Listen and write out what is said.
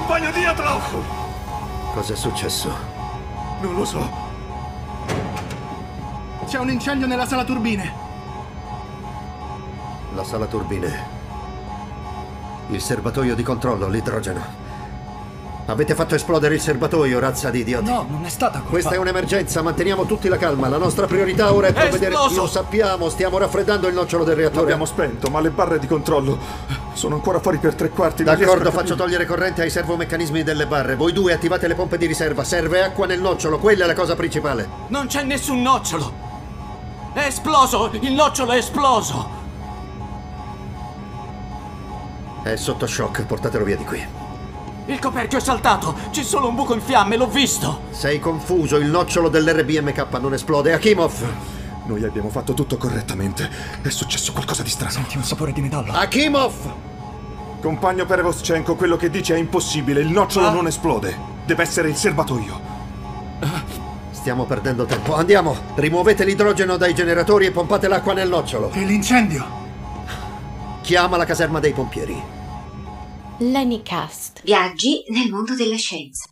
compagno Dyatlov! Cos'è successo? Non lo so. C'è un incendio nella sala turbine. La sala turbine. Il serbatoio di controllo, l'idrogeno. Avete fatto esplodere il serbatoio, razza di idioti. No, non è stata colpa. Questa è un'emergenza, manteniamo tutti la calma. La nostra priorità ora è provvedere... esploso! Lo sappiamo, stiamo raffreddando il nocciolo del reattore. L'abbiamo spento, ma le barre di controllo sono ancora fuori per 3/4. Non riesco a D'accordo, capire. faccio togliere corrente ai servomeccanismi delle barre. Voi due attivate le pompe di riserva. Serve acqua nel nocciolo, quella è la cosa principale. Non c'è nessun nocciolo! È esploso! Il nocciolo è esploso! È sotto shock, portatelo via di qui. Il coperchio è saltato! C'è solo un buco in fiamme, l'ho visto! Sei confuso, il nocciolo dell'RBMK non esplode. Akimov! Noi abbiamo fatto tutto correttamente. È successo qualcosa di strano. Senti un sapore di metallo. Akimov! Compagno Perevozchenko, quello che dice è impossibile. Il nocciolo non esplode. Deve essere il serbatoio. Stiamo perdendo tempo. Andiamo! Rimuovete l'idrogeno dai generatori e pompate l'acqua nel nocciolo. E l'incendio? Chiama la caserma dei pompieri. Lenicast. Viaggi nel mondo della scienza.